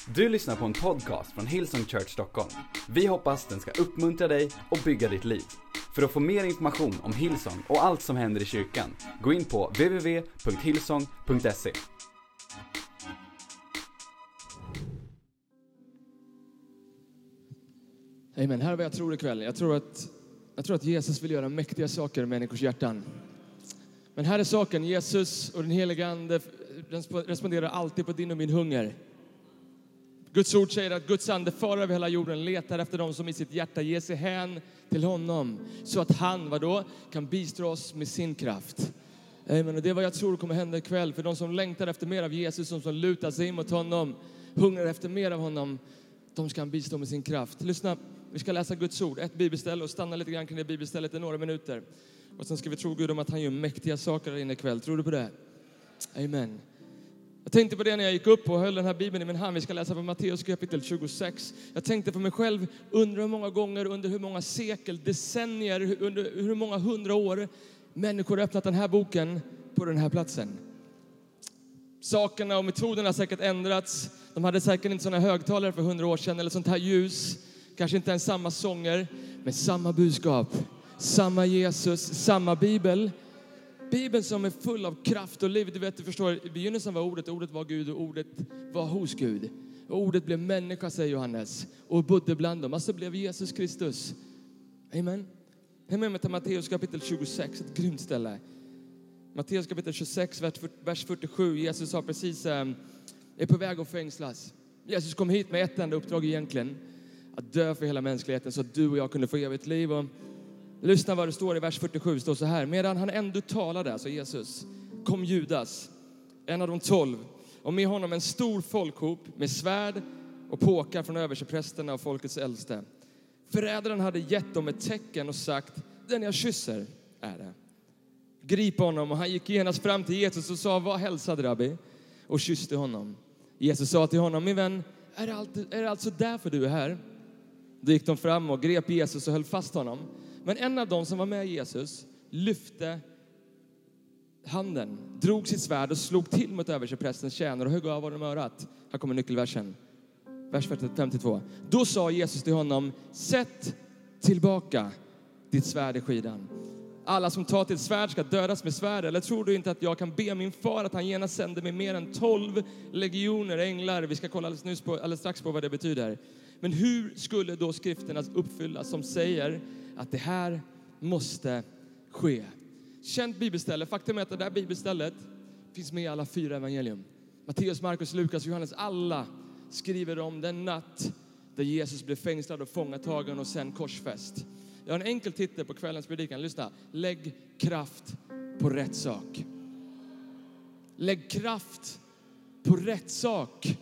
Du lyssnar på en podcast från Hillsong Church Stockholm. Vi hoppas den ska uppmuntra dig och bygga ditt liv. För att få mer information om Hillsong och allt som händer i kyrkan, gå in på www.hillsong.se. Amen. Här är vad jag tror ikväll. Jag tror att Jesus vill göra mäktiga saker i människors hjärtan. Men här är saken. Jesus och den heliga Ande responderar alltid på din och min hunger. Guds ord säger att Guds ande far över hela jorden, letar efter dem som i sitt hjärta ger sig hän till honom. Så att han, kan bistå oss med sin kraft. Amen. Och det är vad jag tror kommer hända ikväll. För de som längtar efter mer av Jesus, som lutar sig in mot honom, hungrar efter mer av honom, de ska han bistå med sin kraft. Lyssna, vi ska läsa Guds ord, ett bibelställe, och stanna lite grann kring det bibelstället i några minuter. Och sen ska vi tro Gud om att han gör mäktiga saker där inne ikväll. Tror du på det? Amen. Jag tänkte på det när jag gick upp och höll den här bibeln i min hand. Vi ska läsa på Matteus kapitel 26. Jag tänkte på mig själv, undrar hur många gånger, under hur många sekel, decennier, under hur många 100 år människor har öppnat den här boken på den här platsen. Sakerna och metoderna har säkert ändrats. De hade säkert inte sådana högtalare för 100 år sedan eller sånt här ljus. Kanske inte ens samma sånger, men samma budskap. Samma Jesus, samma bibel. Bibeln som är full av kraft och liv. Du vet, du förstår, i begynnelsen var ordet var Gud och ordet var hos Gud. Och ordet blev människa, säger Johannes, och bodde bland dem. Alltså blev Jesus Kristus. Amen. Häng med mig till Matteus kapitel 26, ett grymt ställe. Matteus kapitel 26, vers 47. Jesus har precis är på väg att fängslas. Jesus kom hit med ett enda uppdrag egentligen. Att dö för hela mänskligheten så att du och jag kunde få evigt liv. Och lyssna vad det står i vers 47. Det står så här: medan han ändå talade, alltså Jesus, kom Judas, en av de 12, och med honom en stor folkhop med svärd och påkar från översteprästerna och folkets äldste. Förrädaren hade gett dem ett tecken och sagt: den jag kysser är det. Grip honom. Och han gick genast fram till Jesus och sa: vad hälsade, rabbi? Och kysste honom. Jesus sa till honom: min vän, är det alltså därför du är här? Då gick de fram och grep Jesus och höll fast honom. Men en av dem som var med Jesus lyfte handen, drog sitt svärd och slog till mot översteprästens tjänare och högg av honom örat. Här kommer nyckelversen. Vers 52. Då sa Jesus till honom: sätt tillbaka ditt svärd i skidan. Alla som tar till svärd ska dödas med svärd. Eller tror du inte att jag kan be min far att han genast sänder mig mer än 12 legioner änglar? Vi ska kolla alldeles strax på vad det betyder. Men hur skulle då skrifterna uppfyllas som säger att det här måste ske? Känt bibelställe. Faktum är att det där bibelstället finns med i alla 4 evangelium. Matteus, Markus, Lukas och Johannes. Alla skriver om den natt där Jesus blev fängslad och fångatagen och sen korsfäst. Jag har en enkel titel på kvällens predikan. Lyssna. Lägg kraft på rätt sak. Lägg kraft på rätt sak.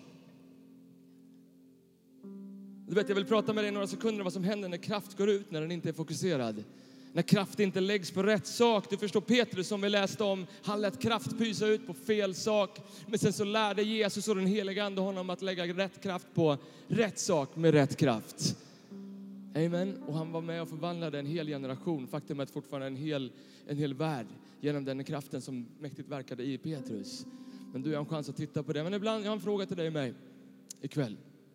Du vet, jag vill prata med dig i några sekunder om vad som händer när kraft går ut, när den inte är fokuserad. När kraft inte läggs på rätt sak. Du förstår, Petrus som vi läste om, han lät kraft pysa ut på fel sak. Men sen så lärde Jesus och den heliga Ande honom att lägga rätt kraft på rätt sak med rätt kraft. Amen. Och han var med och förvandlade en hel generation. Faktum är att fortfarande en hel värld genom den kraften som mäktigt verkade i Petrus. Men du har en chans att titta på det. Men ibland, jag har en fråga till dig och mig ikväll.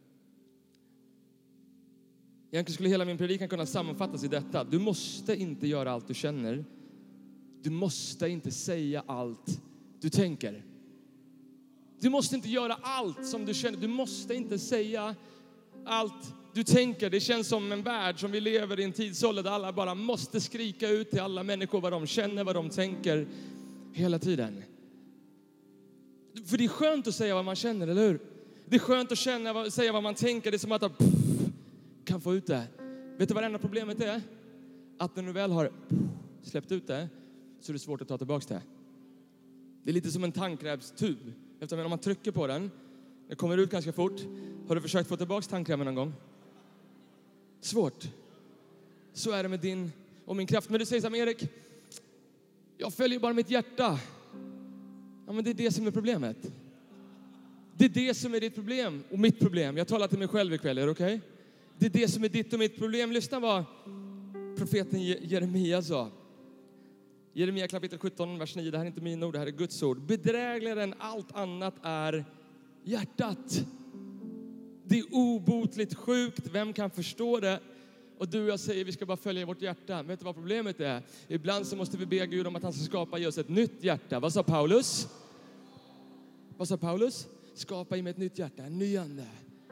Egentligen skulle hela min predikan kunna sammanfattas i detta. Du måste inte göra allt du känner. Du måste inte säga allt du tänker. Du måste inte göra allt som du känner. Du måste inte säga allt du tänker. Det känns som en värld som vi lever i, en tidsålder där alla bara måste skrika ut till alla människor vad de känner, vad de tänker hela tiden. För det är skönt att säga vad man känner, eller hur? Det är skönt att säga vad man tänker. Det är som att kan få ut det. Vet du vad det enda problemet är? Att när du väl har släppt ut det så är det svårt att ta tillbaka det. Det är lite som en tandkrämstub. Eftersom om man trycker på den, det kommer ut ganska fort. Har du försökt få tillbaka tandkrämen någon gång? Svårt. Så är det med din och min kraft. Men du säger så här: Erik, jag följer bara mitt hjärta. Ja, men det är det som är problemet. Det är det som är ditt problem och mitt problem. Jag talar till mig själv ikväll, är det okej? Det är det som är ditt och mitt problem. Lyssna vad profeten Jeremia sa. Jeremia kapitel 17, vers 9. Det här är inte min ord, det här är Guds ord. Bedrägligare än allt annat är hjärtat. Det är obotligt sjukt. Vem kan förstå det? Och du och jag säger vi ska bara följa vårt hjärta. Vet du vad problemet är? Ibland så måste vi be Gud om att han ska skapa i oss ett nytt hjärta. Vad sa Paulus? Vad sa Paulus? Skapa i mig ett nytt hjärta, en ny ande.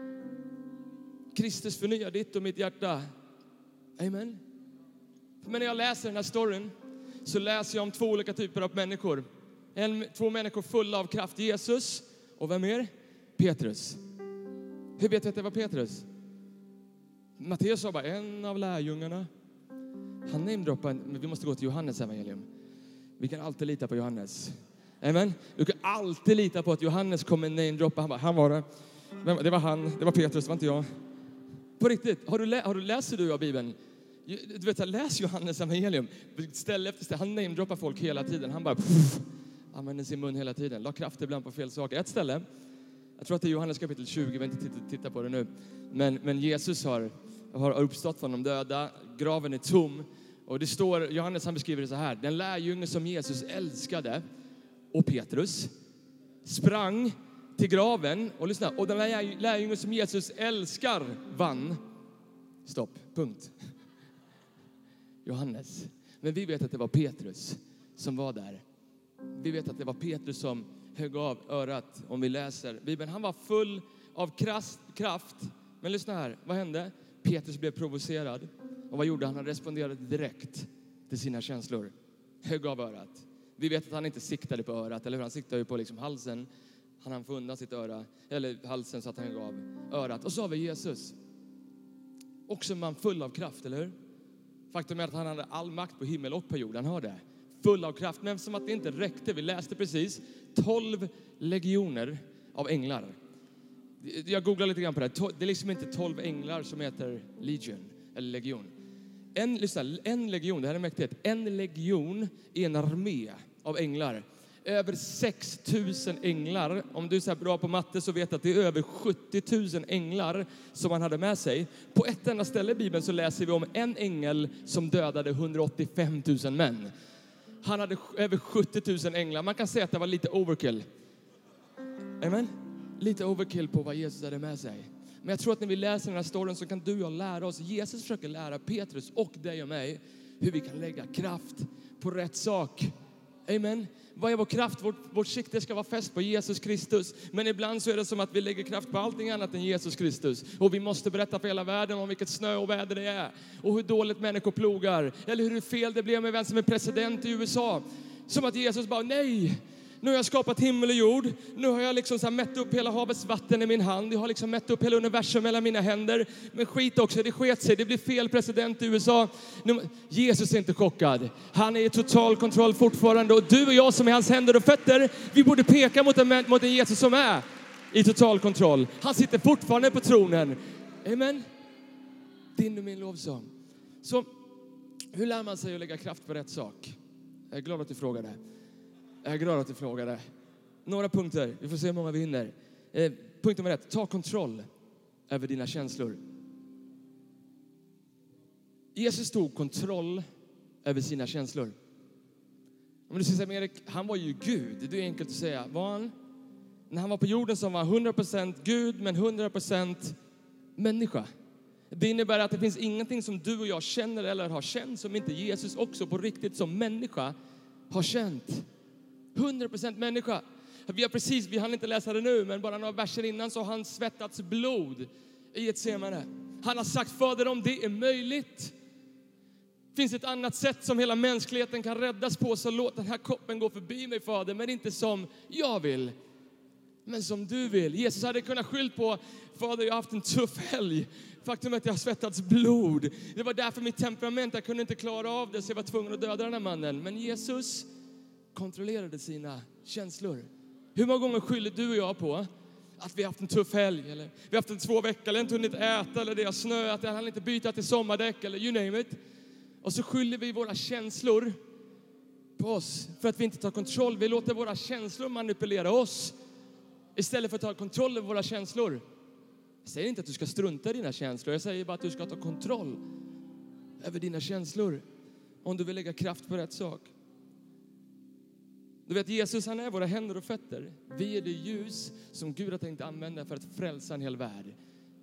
Kristus förnyar ditt och mitt hjärta. Amen. Men när jag läser den här storyn så läser jag om två olika typer av människor. Två människor fulla av kraft. Jesus och vem mer? Petrus. Hur vet vi att det var Petrus? Matteus sa bara en av lärjungarna. Han namedroppade, men vi måste gå till Johannes evangelium. Vi kan alltid lita på Johannes. Amen. Du kan alltid lita på att Johannes kommer namedroppa. Han var det. Det var han. Det var Petrus, det var inte jag. På riktigt. Läser du av Bibeln? Du vet, läs Johannes evangelium. Ställe efter ställe. Han namedroppar folk hela tiden. Han bara använder sin mun hela tiden. La kraft ibland på fel saker. Ett ställe. Jag tror att det är Johannes kapitel 20. Vi vill inte titta på det nu. Men Jesus har uppstått från de döda. Graven är tom. Och det står, Johannes han beskriver det så här. Den lärjunge som Jesus älskade och Petrus sprang till graven. Och lyssna. Och den lärjunge som Jesus älskar vann. Stopp. Punkt. Johannes. Men vi vet att det var Petrus som var där. Vi vet att det var Petrus som högg av örat om vi läser Bibeln. Han var full av kraft. Men lyssna här, vad hände? Petrus blev provocerad. Och vad gjorde han? Han responderade direkt till sina känslor. Högg av örat. Vi vet att han inte siktade på örat. Eller hur? Han siktade ju på liksom halsen. Han får undan sitt öra. Eller halsen så att han gav örat. Och så har vi Jesus. Också en man full av kraft, eller hur? Faktum är att han hade all makt på himmel och på jorden. Hör det? Full av kraft. Men som att det inte räckte. Vi läste precis 12 legioner av änglar. Jag googlade lite grann på det. Det är liksom inte 12 änglar som heter legion eller legion. En legion, det här är mäktigt. En legion är en armé av änglar. Över 6 000 änglar. Om du är så här bra på matte så vet att det är över 70 000 änglar som han hade med sig. På ett enda ställe i Bibeln så läser vi om en ängel som dödade 185 000 män. Han hade över 70 000 änglar. Man kan säga att det var lite overkill. Amen. Lite overkill på vad Jesus hade med sig. Men jag tror att när vi läser den här storyn så kan du och jag lära oss. Jesus försöker lära Petrus och dig och mig hur vi kan lägga kraft på rätt sak. Amen. Vad är vår kraft? Vårt sikte ska vara fäst på Jesus Kristus. Men ibland så är det som att vi lägger kraft på allting annat än Jesus Kristus. Och vi måste berätta för hela världen om vilket snö och väder det är. Och hur dåligt människor plogar. Eller hur fel det blev med vem som är president i USA. Som att Jesus bara, nej. Nu har jag skapat himmel och jord. Nu har jag liksom så här mätt upp hela havets vatten i min hand. Jag har liksom mätt upp hela universum mellan mina händer. Men skit också, det sket sig. Det blir fel president i USA. Jesus är inte chockad. Han är i total kontroll fortfarande. Och du och jag som är hans händer och fötter, vi borde peka mot en Jesus som är i total kontroll. Han sitter fortfarande på tronen. Amen. Din och min lovsång. Så hur lär man sig att lägga kraft på rätt sak? Jag är glad att du frågade. Några punkter. Vi får se hur många vi hinner. Punkt nummer 1. Ta kontroll över dina känslor. Jesus tog kontroll över sina känslor. Om du säger Erik, han var ju Gud. Det är enkelt att säga. Var han? När han var på jorden så var han 100% Gud men 100% människa. Det innebär att det finns ingenting som du och jag känner eller har känt som inte Jesus också på riktigt som människa har känt. 100% människa. Vi hann inte läsa det nu, men bara några verser innan så har han svettats blod i ett semane. Han har sagt, Fader, om det är möjligt. Finns ett annat sätt som hela mänskligheten kan räddas på, så låt den här koppen gå förbi mig, Fader. Men inte som jag vill, men som du vill. Jesus hade kunnat skylla på, Fader, jag har haft en tuff helg. Faktum är att jag har svettats blod. Det var därför mitt temperament, jag kunde inte klara av det, så jag var tvungen att döda den här mannen. Men Jesus kontrollerade sina känslor. Hur många gånger skyller du och jag på att vi har haft en tuff helg, eller vi har haft en 2 veckor, eller inte hunnit äta, eller det har snöat, eller han inte byta till sommardäck, eller you name it. Och så skyller vi våra känslor på oss för att vi inte tar kontroll. Vi låter våra känslor manipulera oss istället för att ta kontroll över våra känslor. Jag säger inte att du ska strunta i dina känslor. Jag säger bara att du ska ta kontroll över dina känslor om du vill lägga kraft på rätt sak. Du vet, Jesus, han är våra händer och fötter. Vi är det ljus som Gud har tänkt använda för att frälsa en hel värld.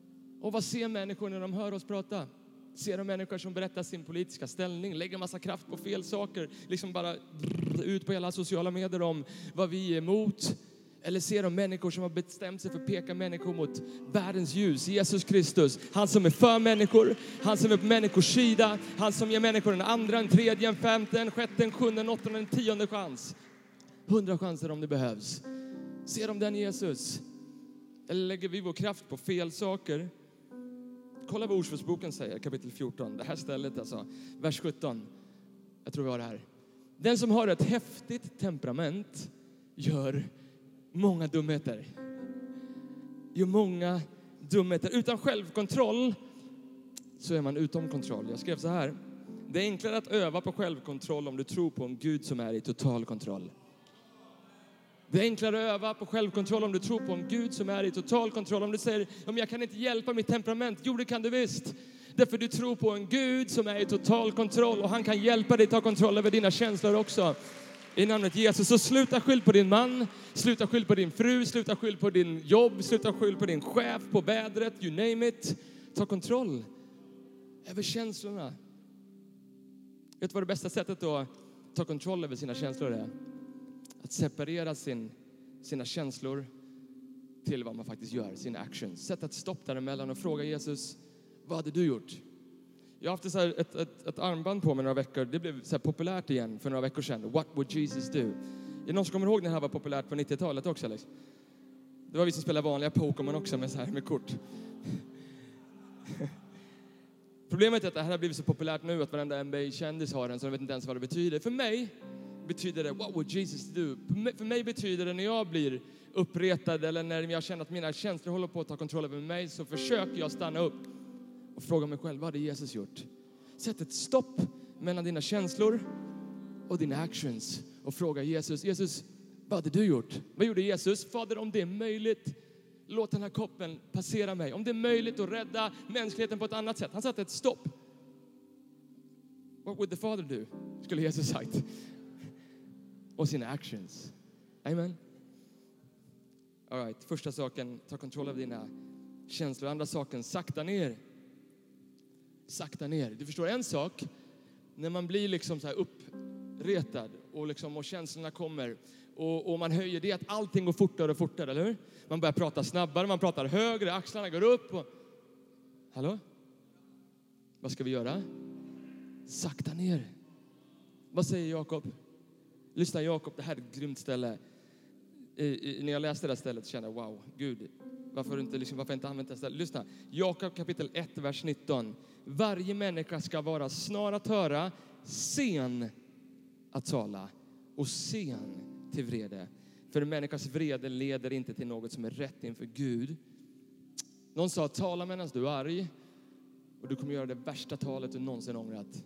Och vad ser människor när de hör oss prata? Ser de människor som berättar sin politiska ställning, lägger massa kraft på fel saker, liksom bara ut på hela sociala medier om vad vi är emot? Eller ser de människor som har bestämt sig för att peka människor mot världens ljus, Jesus Kristus, han som är för människor, han som är på människors sida, han som ger människor en andra, en tredje, en femte, en sjätte, en sjunde, en åttonde, en tionde chans. 100 chanser om det behövs. Ser de den Jesus? Eller lägger vi vår kraft på fel saker? Kolla vad Ordspråksboken säger, kapitel 14. Det här stället alltså, vers 17. Jag tror vi har det här. Den som har ett häftigt temperament gör många dumheter. Gör många dumheter. Utan självkontroll så är man utom kontroll. Jag skrev så här. Det är enklare att öva på självkontroll om du tror på en Gud som är i total kontroll. Det är enklare att öva på självkontroll om du tror på en Gud som är i total kontroll. Om du säger, om jag kan inte hjälpa mitt temperament. Jo, det kan du visst. Därför du tror på en Gud som är i total kontroll. Och han kan hjälpa dig ta kontroll över dina känslor också. I namnet Jesus. Så sluta skyll på din man. Sluta skyll på din fru. Sluta skyll på din jobb. Sluta skyll på din chef. På vädret. You name it. Ta kontroll över känslorna. Vet du vad det bästa sättet att ta kontroll över sina känslor är? Att separera sina känslor till vad man faktiskt gör, sina actions. Sätt ett stopp däremellan och fråga Jesus, vad hade du gjort? Jag har haft ett armband på mig några veckor. Det blev så här populärt igen för några veckor sedan. What would Jesus do? Är det någon som kommer ihåg när det här var populärt på 90-talet också, Alex? Det var vi som spelade vanliga Pokémon också med kort. Problemet är att det här har blivit så populärt nu att varenda NBA-kändis har den, så de vet inte ens vad det betyder. För mig betyder det, what would Jesus do? För mig betyder det när jag blir uppretad eller när jag känner att mina känslor håller på att ta kontroll över mig, så försöker jag stanna upp och fråga mig själv, vad hade Jesus gjort? Sätt ett stopp mellan dina känslor och dina actions och fråga Jesus, vad hade du gjort? Vad gjorde Jesus? Fader, om det är möjligt, låt den här koppen passera mig. Om det är möjligt att rädda mänskligheten på ett annat sätt. Han satte ett stopp. What would the Father do? Skulle Jesus sagt. Och sina actions. Amen. All right. Första saken, ta kontroll över dina känslor. Andra saken, sakta ner. Sakta ner. Du förstår en sak. När man blir liksom så här uppretad och känslorna kommer och man höjer det, att allting går fortare och fortare, eller hur? Man börjar prata snabbare, man pratar högre, axlarna går upp. Hallå? Vad ska vi göra? Sakta ner. Vad säger Jakob? Lyssna Jakob, det här är ett grymt ställe. När jag läste det här stället kände jag, wow, Gud, varför inte använt det här stället? Lyssna, Jakob kapitel 1, vers 19. Varje människa ska vara snar att höra, sen att tala och sen till vrede. För en människas vrede leder inte till något som är rätt inför Gud. Någon sa, tala medan du är arg och du kommer göra det värsta talet du någonsin ångrat.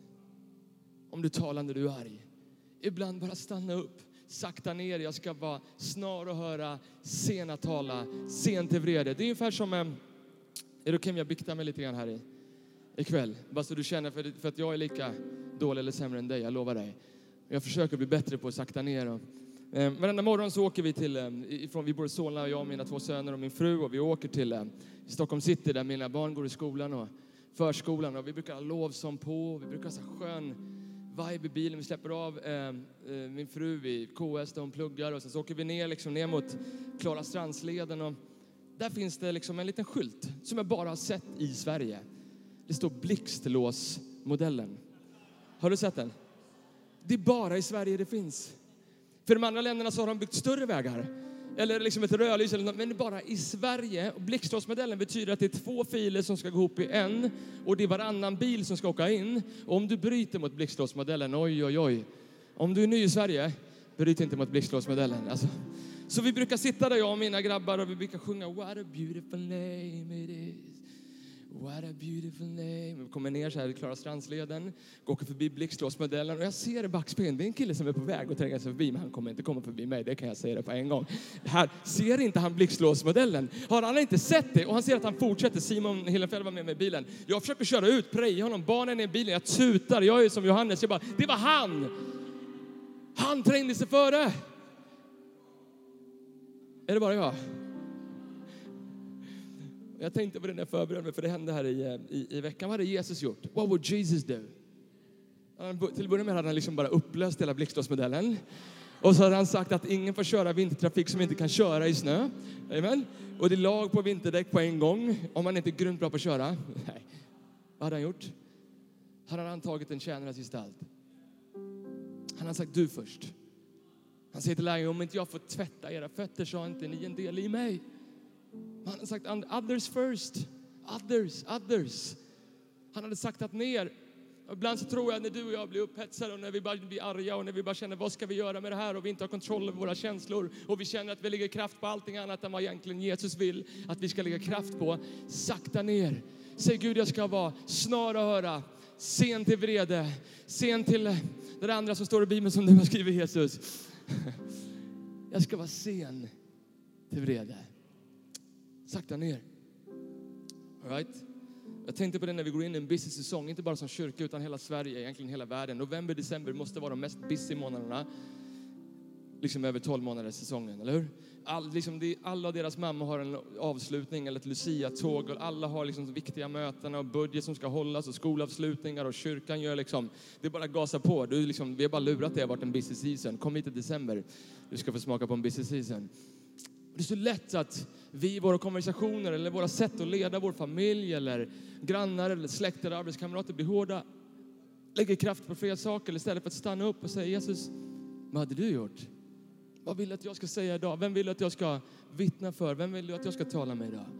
Om du talar när du är arg. Ibland bara stanna upp, sakta ner. Jag ska vara snar att höra, sen att tala, sen till vrede. Det är ungefär som, är det okej om jag biktar mig lite grann här ikväll? Bara så du känner, för att jag är lika dålig eller sämre än dig, jag lovar dig. Jag försöker bli bättre på att sakta ner. Varenda morgon så åker vi vi bor i Solna, jag och mina 2 söner och min fru. Och vi åker till Stockholm city där mina barn går i skolan och förskolan. Och vi brukar ha lovsång på, vi brukar ha så skön vibe i bilen. Vi släpper av min fru vid KS där hon pluggar. Och sen så åker vi ner mot Klara Strandsleden. Och där finns det en liten skylt som jag bara har sett i Sverige. Det står blixtlåsmodellen. Har du sett den? Det är bara i Sverige det finns. För de andra länderna så har de byggt större vägar. Eller ett rödljus eller något. Men det är bara i Sverige. Och blixtlåsmodellen betyder att det är 2 filer som ska gå ihop i en. Och det är varannan bil som ska åka in. Och om du bryter mot blixtlåsmodellen, oj. Om du är ny i Sverige, bryt inte mot blixtlåsmodellen. Alltså. Så vi brukar sitta där, jag och mina grabbar, och vi brukar sjunga What a beautiful name it is. What a beautiful name. Vi kommer ner så här i Klara Strandsleden. Går förbi blixtlåsmodellen. Och jag ser i backspegeln. Det är en kille som är på väg att tränga sig förbi. Men han kommer inte komma förbi mig. Det kan jag säga det på en gång. Här ser inte han blixtlåsmodellen. Har han inte sett det? Och han ser att han fortsätter. Simon Hillenfeld var med i bilen. Jag försöker köra ut. Preja honom. Barnen är i bilen. Jag tutar. Jag är som Johannes. Jag bara, det var han. Han trängde sig före. Är det bara jag? Jag tänkte på det när jag förberedde mig, för det hände här i veckan. Vad hade Jesus gjort? What would Jesus do? Till att börja med hade han liksom bara upplöst hela blixtlåsmodellen. Och så hade han sagt att ingen får köra vintertrafik som inte kan köra i snö. Amen. Och det är lag på vinterdäck på en gång om man inte är grymt bra på att köra. Nej. Vad hade han gjort? Han hade tagit en tjänares gestalt. Han har sagt du först. Han säger till lärjungarna, om inte jag får tvätta era fötter så har inte ni en del i mig. Han har sagt others first. Others. Han hade saktat ner. Ibland så tror jag när du och jag blir upphetsade och när vi bara blir arga och när vi bara känner vad ska vi göra med det här och vi inte har kontroll över våra känslor och vi känner att vi lägger kraft på allting annat än vad egentligen Jesus vill att vi ska lägga kraft på. Sakta ner. Säg Gud, jag ska vara snar att höra, sen till vrede, sen till det andra som står i Bibeln som du har skrivit Jesus. Jag ska vara sen till vrede. Sakta ner. All right? Jag tänkte på det när vi går in i en busy säsong, inte bara som kyrka utan hela Sverige, egentligen hela världen. November, december måste vara de mest busy månaderna. Liksom över 12 månaders säsongen, eller hur? Alla deras mamma har en avslutning eller ett Lucia-tåg och alla har liksom viktiga möten och budget som ska hållas och skolavslutningar och kyrkan gör liksom, det är bara gasa på. Vi har bara lurat det, det har varit en busy season. Kom hit i december, du ska få smaka på en busy season. Det är så lätt att vi i våra konversationer eller våra sätt att leda vår familj eller grannar eller släkt eller arbetskamrater blir hårda. Lägger kraft på fler saker istället för att stanna upp och säga Jesus, vad hade du gjort? Vad vill du att jag ska säga idag? Vem vill du att jag ska vittna för? Vem vill du att jag ska tala med idag?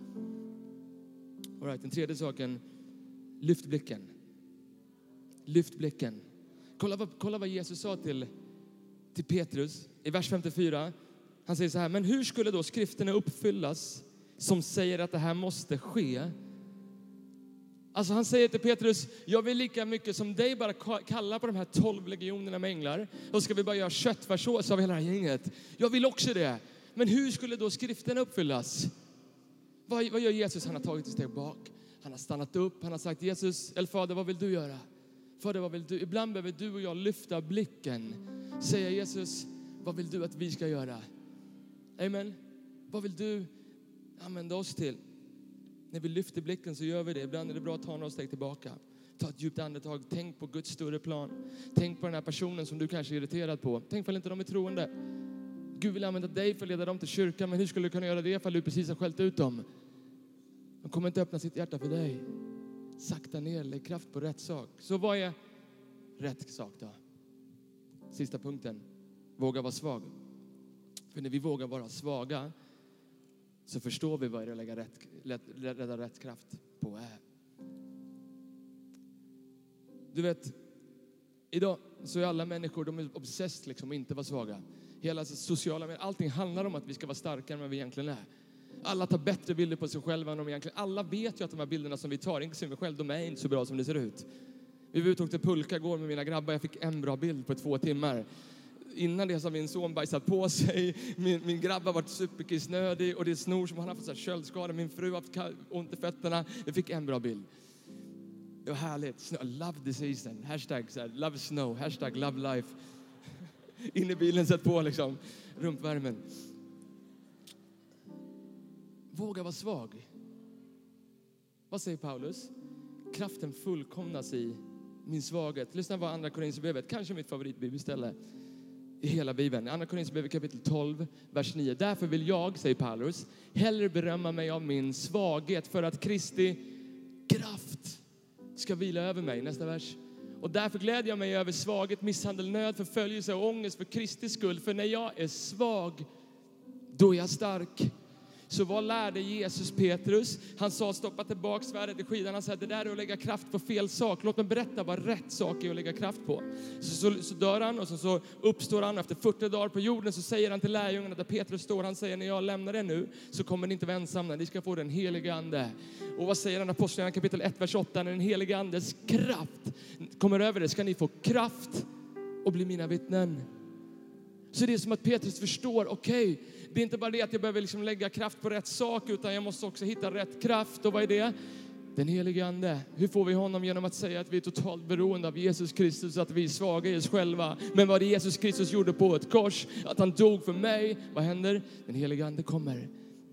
All right, den tredje saken, lyft blicken. Lyft blicken. Kolla vad Jesus sa till Petrus i vers 54. Han säger så här, men hur skulle då skrifterna uppfyllas som säger att det här måste ske? Alltså han säger till Petrus, jag vill lika mycket som dig bara kalla på de här 12 legionerna med änglar. Då ska vi bara göra köttfärssås av hela det här gänget. Jag vill också det. Men hur skulle då skrifterna uppfyllas? Vad gör Jesus? Han har tagit ett steg bak. Han har stannat upp. Han har sagt, Jesus, eller Fader, vad vill du göra? Fader, vad vill du? Ibland behöver du och jag lyfta blicken. Säga, Jesus, vad vill du att vi ska göra? Amen. Vad vill du använda oss till? När vi lyfter blicken så gör vi det. Ibland är det bra att ta några steg tillbaka. Ta ett djupt andetag. Tänk på Guds större plan. Tänk på den här personen som du kanske är irriterad på. Tänk för inte de är troende. Gud vill använda dig för att leda dem till kyrkan. Men hur skulle du kunna göra det för du precis har skällt ut dem? De kommer inte öppna sitt hjärta för dig. Sakta ner. Lägg kraft på rätt sak. Så vad är rätt sak då? Sista punkten. Våga vara svag. För när vi vågar vara svaga så förstår vi vad det är att lägga rätt kraft på är. Du vet, idag så är alla människor, de är obsessed liksom att inte vara svaga. Hela sociala medier, allting handlar om att vi ska vara starkare än vad vi egentligen är. Alla tar bättre bilder på sig själva än de egentligen. Alla vet ju att de här bilderna som vi tar, inklusive mig själv, de är inte så bra som det ser ut. Vi var ute och åkte pulka igår med mina grabbar. Jag fick en bra bild på 2 timmar. Innan det så har min son bajsat på sig. Min grabb har varit superkissnödig. Och det är snor som han har fått så här köldskador. Min fru har haft ont i fötterna. Jag fick en bra bild. Det var härligt. Love the season. Hashtag så här, love snow. Hashtag love life. In i bilen, sätt på liksom rumpvärmen. Våga vara svag. Vad säger Paulus? Kraften fullkomnas i min svaghet. Lyssna på andra Korinthierbrevet. Kanske mitt favoritbibelställe i hela Bibeln. Andra Korinthierbrevet kapitel 12, vers 9. Därför vill jag, säger Paulus, hellre berömma mig av min svaghet för att Kristi kraft ska vila över mig. Nästa vers. Och därför glädjer jag mig över svaghet, misshandel, nöd, förföljelse och ångest för Kristi skull. För när jag är svag, då är jag stark. Så vad lärde Jesus Petrus? Han sa, stoppa tillbaka svärdet i skidan. Han sa, det där är att lägga kraft på fel sak. Låt mig berätta vad rätt sak är att lägga kraft på. Så dör han och så uppstår han. Efter 40 dagar på jorden så säger han till lärjungarna där Petrus står. Han säger, när jag lämnar er nu så kommer ni inte vara ensamma. Ni ska få den helige ande. Och vad säger han? Apostlagärningarna kapitel 1, vers 8. När den helige andes kraft kommer över er ska ni få kraft och bli mina vittnen. Så det är som att Petrus förstår, okej, det är inte bara det att jag behöver liksom lägga kraft på rätt sak, utan jag måste också hitta rätt kraft. Och vad är det? Den helige ande. Hur får vi honom? Genom att säga att vi är totalt beroende av Jesus Kristus, att vi är svaga i oss själva. Men vad det Jesus Kristus gjorde på ett kors, att han dog för mig, vad händer? Den helige ande kommer.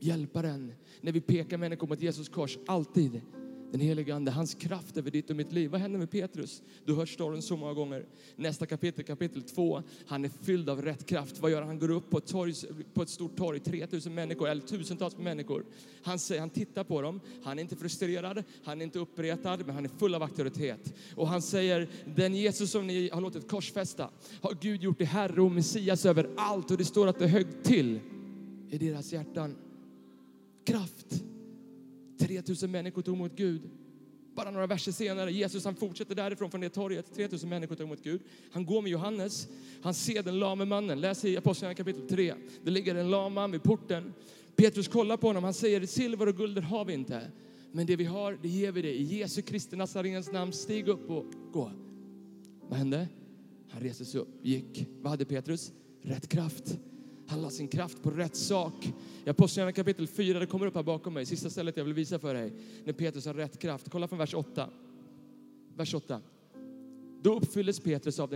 Hjälparen. När vi pekar människor mot Jesus kors, alltid den helige ande, hans kraft över ditt och mitt liv. Vad händer med Petrus? Du har hört storyn så många gånger. Nästa kapitel 2. Han är fylld av rätt kraft. Vad gör han? Han går upp på ett stort torg. 3000 människor, eller tusentals människor. Han tittar på dem. Han är inte frustrerad. Han är inte uppretad. Men han är full av auktoritet. Och han säger, den Jesus som ni har låtit korsfästa har Gud gjort till Herre och Messias över allt. Och det står att det högg till i deras hjärtan. Kraft. 3000 människor tog emot Gud. Bara några verser senare, Jesus han fortsätter därifrån från det torget. 3000 människor tog emot Gud. Han går med Johannes. Han ser den lame mannen. Läs i Apostlagärningarna kapitel 3. Det ligger en lam man vid porten. Petrus kollar på honom. Han säger, silver och guld har vi inte. Men det vi har, det ger vi det. I Jesu Kristi Nazarens namn, stig upp och gå. Vad hände? Han reste sig upp, gick. Vad hade Petrus? Rätt kraft. Han la sin kraft på rätt sak. I Apostlagärningarna kapitel 4, det kommer upp här bakom mig. Sista stället jag vill visa för dig. När Petrus har rätt kraft. Kolla från vers 8. Vers 8. Då uppfylldes Petrus av den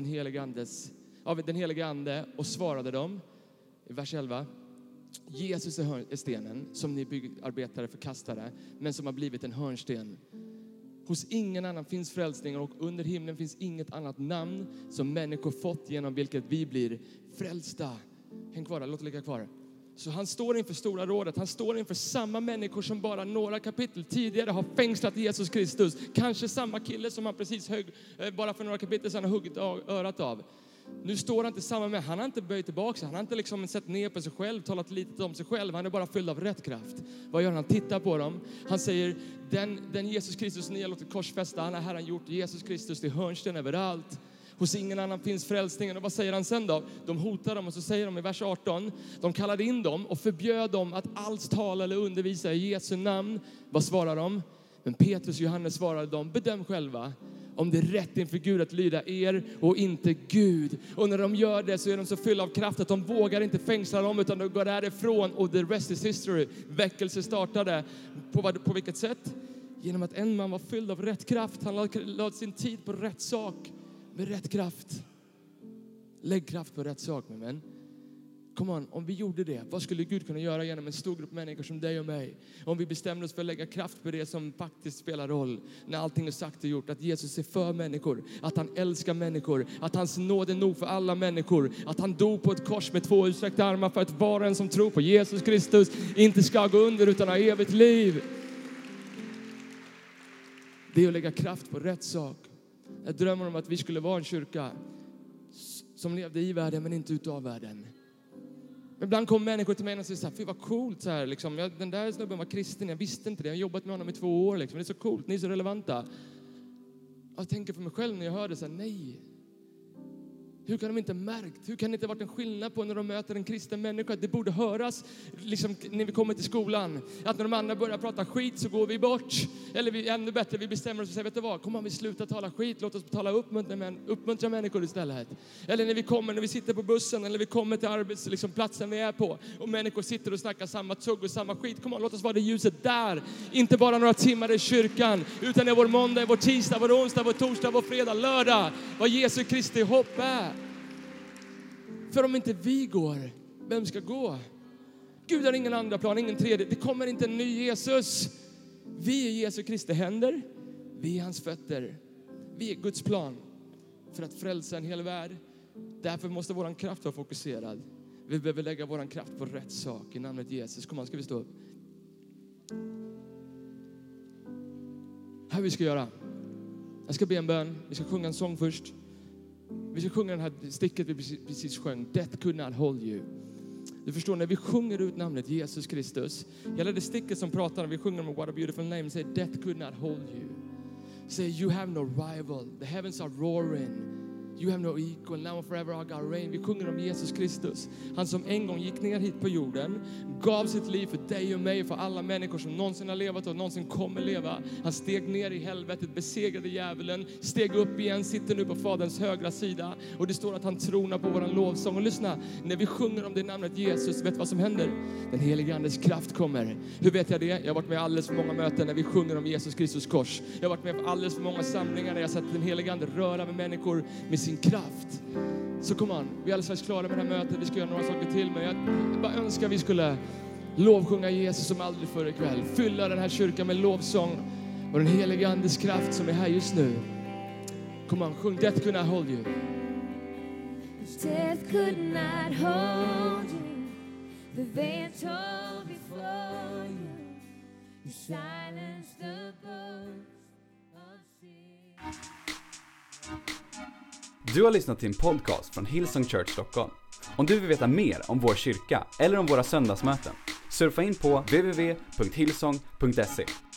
heliga ande och svarade dem. I vers 11. Jesus är stenen som ni byggarbetare förkastade, men som har blivit en hörnsten. Hos ingen annan finns frälsning och under himlen finns inget annat namn som människor fått genom vilket vi blir frälsta. Häng kvar där, låt det ligga kvar. Så han står inför stora rådet. Han står inför samma människor som bara några kapitel tidigare har fängslat Jesus Kristus. Kanske samma kille som han precis bara för några kapitel sedan har huggit örat av. Nu står han inte samma med. Han har inte böjt tillbaka. Han har inte liksom sett ner på sig själv, talat lite om sig själv. Han är bara fylld av rätt kraft. Vad gör han? Han tittar på dem. Han säger, den Jesus Kristus ni har låtit korsfästa, han har Herren gjort Jesus Kristus till hörnsten överallt. Hos ingen annan finns frälsningen. Och vad säger han sen då? De hotar dem och så säger de i vers 18. De kallade in dem och förbjöd dem att alls tala eller undervisa i Jesu namn. Vad svarar de? Men Petrus och Johannes svarade dem, bedöm själva om det är rätt inför Gud att lyda er och inte Gud. Och när de gör det så är de så fyllda av kraft att de vågar inte fängsla dem utan de går därifrån. Och the rest is history. Väckelse startade. På vilket sätt? Genom att en man var fylld av rätt kraft. Han lade sin tid på rätt sak. Med rätt kraft. Lägg kraft på rätt sak, min vän. Come on, om vi gjorde det, vad skulle Gud kunna göra genom en stor grupp människor som dig och mig? Om vi bestämde oss för att lägga kraft på det som faktiskt spelar roll. När allting är sagt och gjort. Att Jesus är för människor. Att han älskar människor. Att hans nåd är nog för alla människor. Att han dog på ett kors med 2 utsträckta armar för att var och en som tror på Jesus Kristus inte ska gå under utan ha evigt liv. Det är att lägga kraft på rätt sak. Jag drömmer om att vi skulle vara en kyrka som levde i världen men inte utav världen. Ibland kommer människor till mig och säger så här, fy vad coolt så här, liksom. Den där snubben var kristen, jag visste inte det. Jag har jobbat med honom i 2 år, liksom. Det är så coolt, ni är så relevanta. Jag tänker för mig själv när jag hör det så här, nej. Hur kan de inte märkt? Hur kan det inte varit en skillnad på när de möter en kristen människa? Det borde höras liksom, när vi kommer till skolan. Att när de andra börjar prata skit så går vi bort. Eller ännu bättre, vi bestämmer oss och säger, vet du vad? Kom on, vi slutar tala skit. Låt oss tala uppmuntra människor istället. Eller när vi sitter på bussen eller vi kommer till arbetsplatsen vi är på. Och människor sitter och snackar samma tugg och samma skit. Kom on, låt oss vara det ljuset där. Inte bara några timmar i kyrkan. Utan i vår måndag, vår tisdag, vår onsdag, vår torsdag, vår fredag, lördag. Vad Jesu Kristi hopp är. För om inte vi går, vem ska gå? Gud har ingen andra plan, ingen tredje. Det kommer inte en ny Jesus. Vi är Jesu Kristi händer. Vi är hans fötter. Vi är Guds plan för att frälsa en hel värld. Därför måste våran kraft vara fokuserad. Vi behöver lägga våran kraft på rätt sak i namnet Jesus. Kom on, ska vi stå upp? Här vi ska göra. Jag ska be en bön. Vi ska sjunga en sång först. Vi ska sjunga den här sticket vi precis sjöng. Death could not hold you. Du förstår, när vi sjunger ut namnet Jesus Kristus. Hela det sticket som pratar när vi sjunger om What a beautiful name. Säger death could not hold you. Säger you have no rival. The heavens are roaring. You have no equal, now and forever our God reign. Vi sjunger om Jesus Kristus. Han som en gång gick ner hit på jorden. Gav sitt liv för dig och mig. För alla människor som någonsin har levat och någonsin kommer leva. Han steg ner i helvetet, besegrade djävulen. Steg upp igen, sitter nu på Faderns högra sida. Och det står att han tronar på våran lovsång. Och lyssna, när vi sjunger om det namnet Jesus, vet vad som händer? Den helige Andes kraft kommer. Hur vet jag det? Jag har varit med alldeles för många möten när vi sjunger om Jesus Kristus kors. Jag har varit med på alldeles för många samlingar där jag sett den helige Ande röra med människor med sin kraft. Så kom on, vi är alldeles klara med det här mötet. Vi ska göra några saker till. Men jag bara önskar vi skulle lovsjunga Jesus som aldrig förr ikväll. Fylla den här kyrkan med lovsång och den heliga Andes kraft som är här just nu. Kom on, sjung Death Could Not Hold You. Death could not hold you. The veil tore before you. You silenced the ghost of sin. Du har lyssnat till en podcast från Hillsong Church Stockholm. Om du vill veta mer om vår kyrka eller om våra söndagsmöten, surfa in på www.hillsong.se.